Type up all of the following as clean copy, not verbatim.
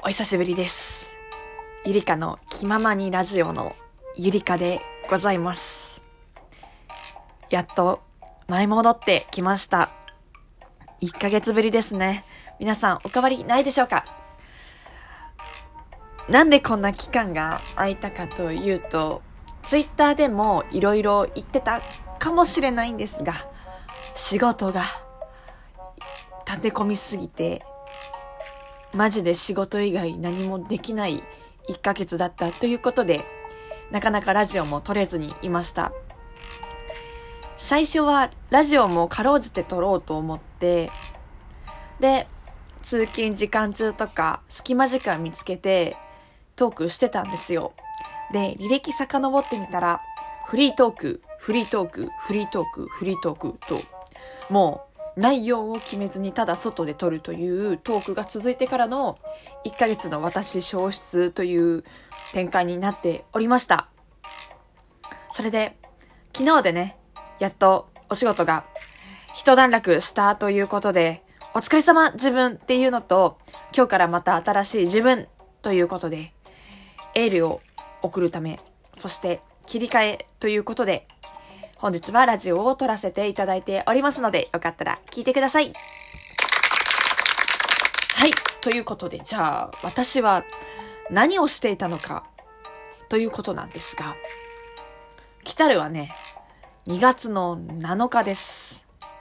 お久しぶりです。ゆりかの気ままにラジオのゆりかでございます。やっと舞い戻ってきました。1ヶ月ぶりですね。皆さんお変わりないでしょうか？なんでこんな期間が空いたかというと、ツイッターでもいろいろ言ってたかもしれないんですが、仕事が立て込みすぎてマジで仕事以外何もできない1ヶ月だったということで、なかなかラジオも撮れずにいました。最初はラジオもかろうじて撮ろうと思って、で、通勤時間中とか隙間時間見つけてトークしてたんですよ。で、履歴遡ってみたら、フリートークと、もう内容を決めずにただ外で撮るというトークが続いてからの1ヶ月の私消失という展開になっておりました。それで昨日でね、やっとお仕事が一段落したということで、お疲れ様自分っていうのと、今日からまた新しい自分ということでエールを送るため、そして切り替えということで、本日はラジオを撮らせていただいておりますので、よかったら聞いてください。はい、ということで、じゃあ私は何をしていたのかということなんですが、来たるはね、2月の7日です。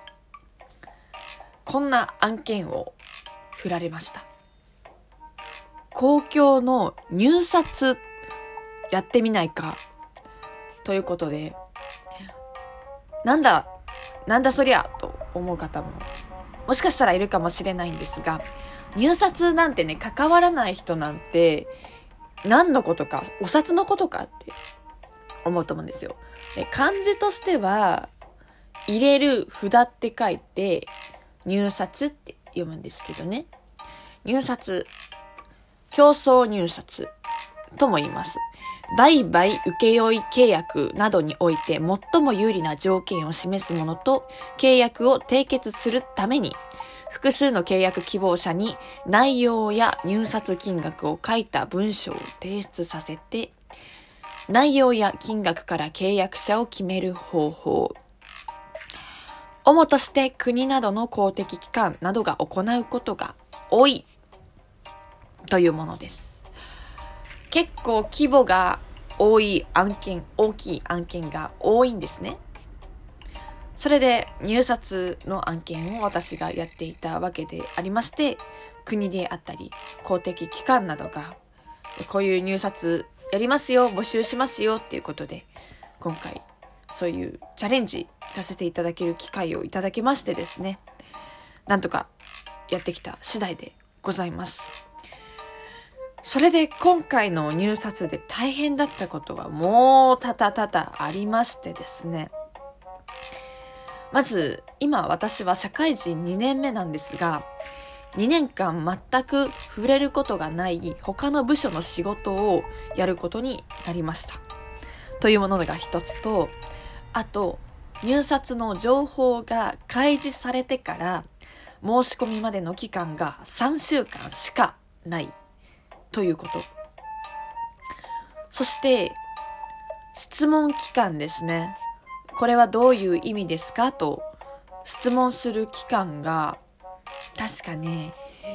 こんな案件を振られました。公共の入札やってみないかということで、なんだそりゃと思う方ももしかしたらいるかもしれないんですが、入札なんてね、関わらない人なんて何のことか、お札のことかって思うと思うんですよ。で、漢字としては入れる札って書いて入札って読むんですけどね。入札、競争入札とも言います。売買請負契約などにおいて最も有利な条件を示すものと、契約を締結するために複数の契約希望者に内容や入札金額を書いた文書を提出させて、内容や金額から契約者を決める方法。主として国などの公的機関などが行うことが多いというものです。結構規模が大きい案件が多いんですね。それで入札の案件を私がやっていたわけでありまして、国であったり公的機関などがこういう入札やりますよ、募集しますよっていうことで、今回そういうチャレンジさせていただける機会をいただきましてですね、なんとかやってきた次第でございます。それで今回の入札で大変だったことはもう多々ありましてですね。まず今私は社会人2年目なんですが、2年間全く触れることがない他の部署の仕事をやることになりましたというものが一つと、あと入札の情報が開示されてから申し込みまでの期間が3週間しかないということ。そして質問期間ですね。これはどういう意味ですかと質問する期間が確かね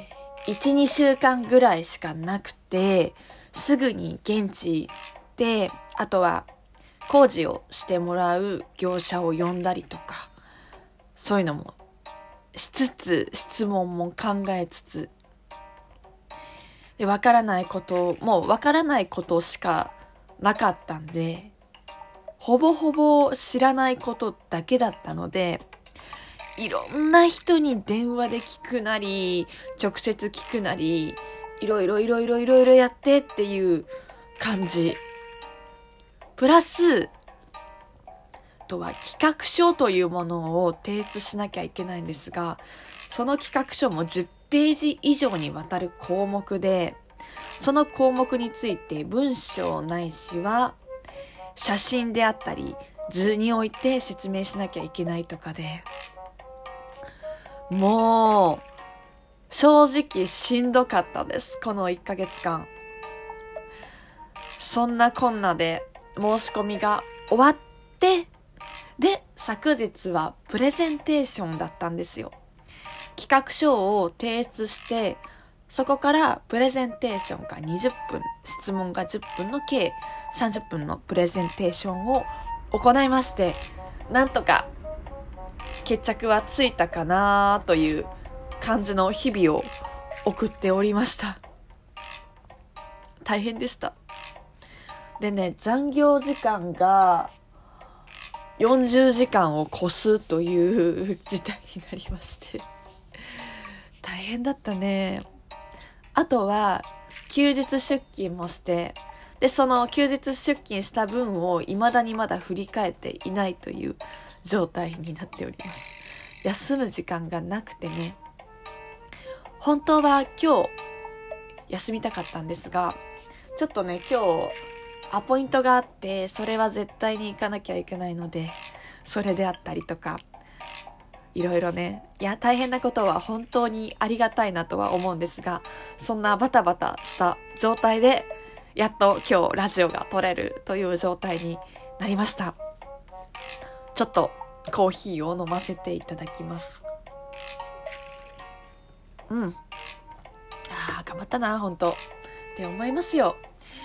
1,2 週間ぐらいしかなくて、すぐに現地で、あとは工事をしてもらう業者を呼んだりとか、そういうのもしつつ、質問も考えつつで、わからないことしかなかったんで、ほぼほぼ知らないことだけだったので、いろんな人に電話で聞くなり、直接聞くなり、いろいろやってっていう感じ。プラス、とは企画書というものを提出しなきゃいけないんですが、その企画書も10ページ以上にわたる項目で、その項目について文章ないしは写真であったり図に置いて説明しなきゃいけないとかで、もう正直しんどかったです。この1ヶ月間。そんなこんなで申し込みが終わって、で、昨日はプレゼンテーションだったんですよ。企画書を提出して、そこからプレゼンテーションが20分、質問が10分の計30分のプレゼンテーションを行いまして、なんとか決着はついたかなという感じの日々を送っておりました。大変でした。でね、残業時間が40時間を超すという事態になりまして大変だったね。あとは休日出勤もして、でその休日出勤した分を未だにまだ振り返っていないという状態になっております。休む時間がなくてね、本当は今日休みたかったんですが、ちょっとね今日アポイントがあって、それは絶対に行かなきゃいけないので、それであったりとかいろいろね、いや大変なことは本当にありがたいなとは思うんですが、そんなバタバタした状態でやっと今日ラジオが撮れるという状態になりました。ちょっとコーヒーを飲ませていただきます。頑張ったな本当って思いますよ。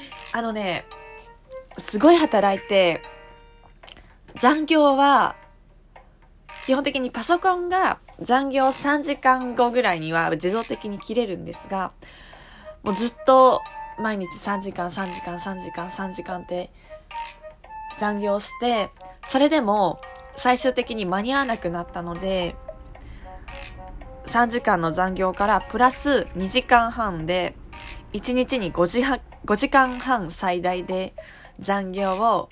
すごい働いて、残業は基本的にパソコンが残業3時間後ぐらいには自動的に切れるんですが、もうずっと毎日3時間って残業して、それでも最終的に間に合わなくなったので、3時間の残業からプラス2時間半で1日に5時間半最大で残業を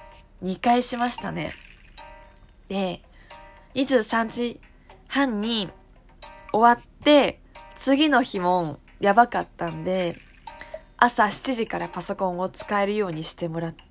2回しましたね。で、23時半に終わって、次の日もやばかったんで、朝7時からパソコンを使えるようにしてもらって、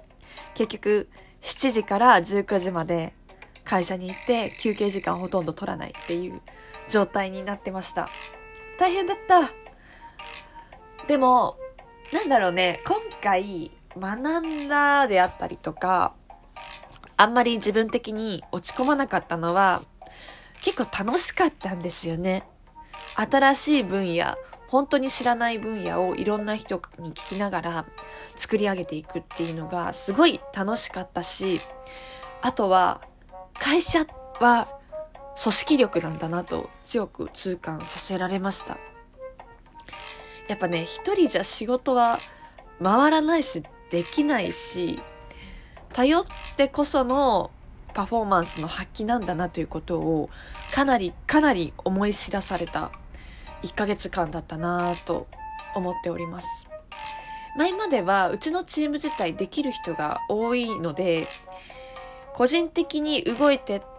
結局7時から19時まで会社に行って休憩時間ほとんど取らないっていう状態になってました。大変だった。でもなんだろうね、今回学んだであったりとか、あんまり自分的に落ち込まなかったのは、結構楽しかったんですよね。新しい分野、本当に知らない分野をいろんな人に聞きながら作り上げていくっていうのがすごい楽しかったし、あとは会社は組織力なんだなと強く痛感させられました。やっぱね、一人じゃ仕事は回らないしできないし、頼ってこそのパフォーマンスの発揮なんだなということをかなり思い知らされた1ヶ月間だったなと思っております。前まではうちのチーム自体できる人が多いので、個人的に動いてって、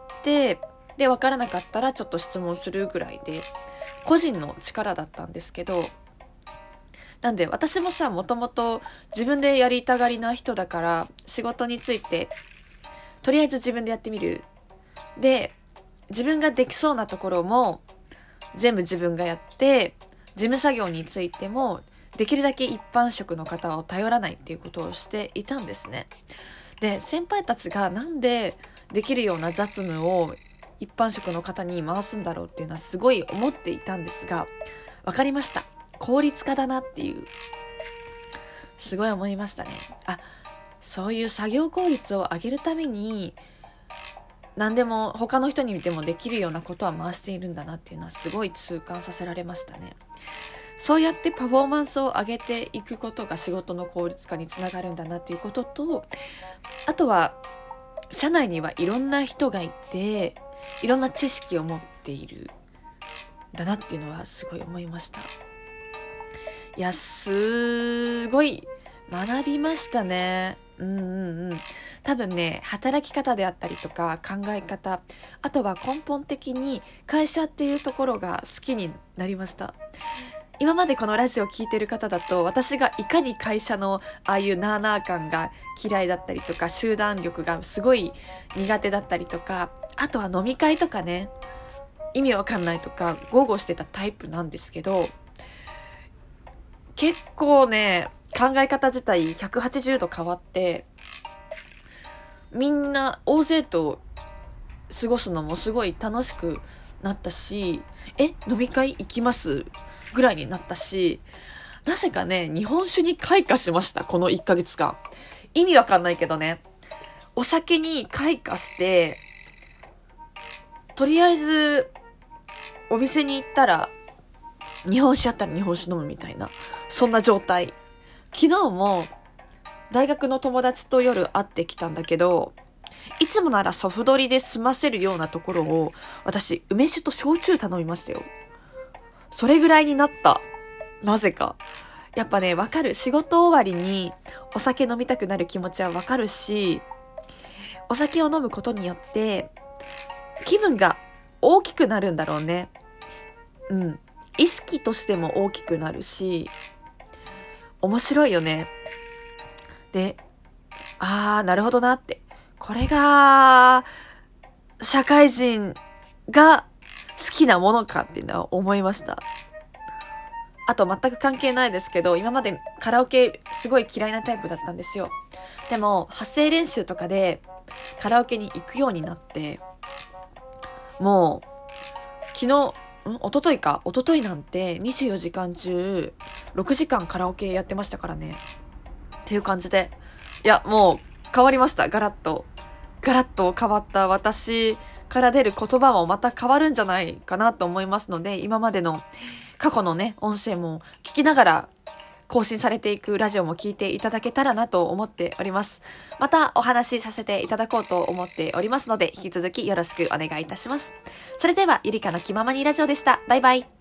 で分からなかったらちょっと質問するぐらいで個人の力だったんですけど、なんで私もさ、もともと自分でやりたがりな人だから、仕事についてとりあえず自分でやってみる。で、自分ができそうなところも全部自分がやって、事務作業についてもできるだけ一般職の方を頼らないっていうことをしていたんですね。で、先輩たちがなんでできるような雑務を一般職の方に回すんだろうっていうのはすごい思っていたんですが、わかりました。効率化だなっていう、すごい思いましたね。そういう作業効率を上げるために何でも他の人に見てもできるようなことは回しているんだなっていうのはすごい痛感させられましたね。そうやってパフォーマンスを上げていくことが仕事の効率化につながるんだなっていうことと、あとは社内にはいろんな人がいて、いろんな知識を持っているんだなっていうのはすごい思いました。いや、すごい学びましたね。多分ね、働き方であったりとか考え方、あとは根本的に会社っていうところが好きになりました。今までこのラジオ聞いてる方だと、私がいかに会社のああいうなーなー感が嫌いだったりとか、集団力がすごい苦手だったりとか、あとは飲み会とかね、 意味わかんないとか豪語してたタイプなんですけど、結構ね、考え方自体180度変わって、みんな大勢と過ごすのもすごい楽しくなったし、飲み会行きますぐらいになったし、なぜかね、日本酒に開花しました、この1ヶ月間。意味わかんないけどね、お酒に開花して、とりあえずお店に行ったら日本酒あったら日本酒飲むみたいな、そんな状態。昨日も大学の友達と夜会ってきたんだけど、いつもならソフドリで済ませるようなところを、私梅酒と焼酎頼みましたよ。それぐらいになった。なぜか。やっぱね、わかる。仕事終わりにお酒飲みたくなる気持ちはわかるし、お酒を飲むことによって気分が大きくなるんだろうね。意識としても大きくなるし、面白いよね。で、なるほどなって。これが社会人が好きなものかっていうのは思いました。あと全く関係ないですけど、今までカラオケすごい嫌いなタイプだったんですよ。でも発声練習とかでカラオケに行くようになって、もう昨日一昨日なんて24時間中6時間カラオケやってましたからね。っていう感じで、いやもう変わりました。ガラッと変わった私から出る言葉もまた変わるんじゃないかなと思いますので、今までの過去のね、音声も聞きながら更新されていくラジオも聞いていただけたらなと思っております。またお話しさせていただこうと思っておりますので、引き続きよろしくお願いいたします。それでは、ゆりかの気ままにラジオでした。バイバイ。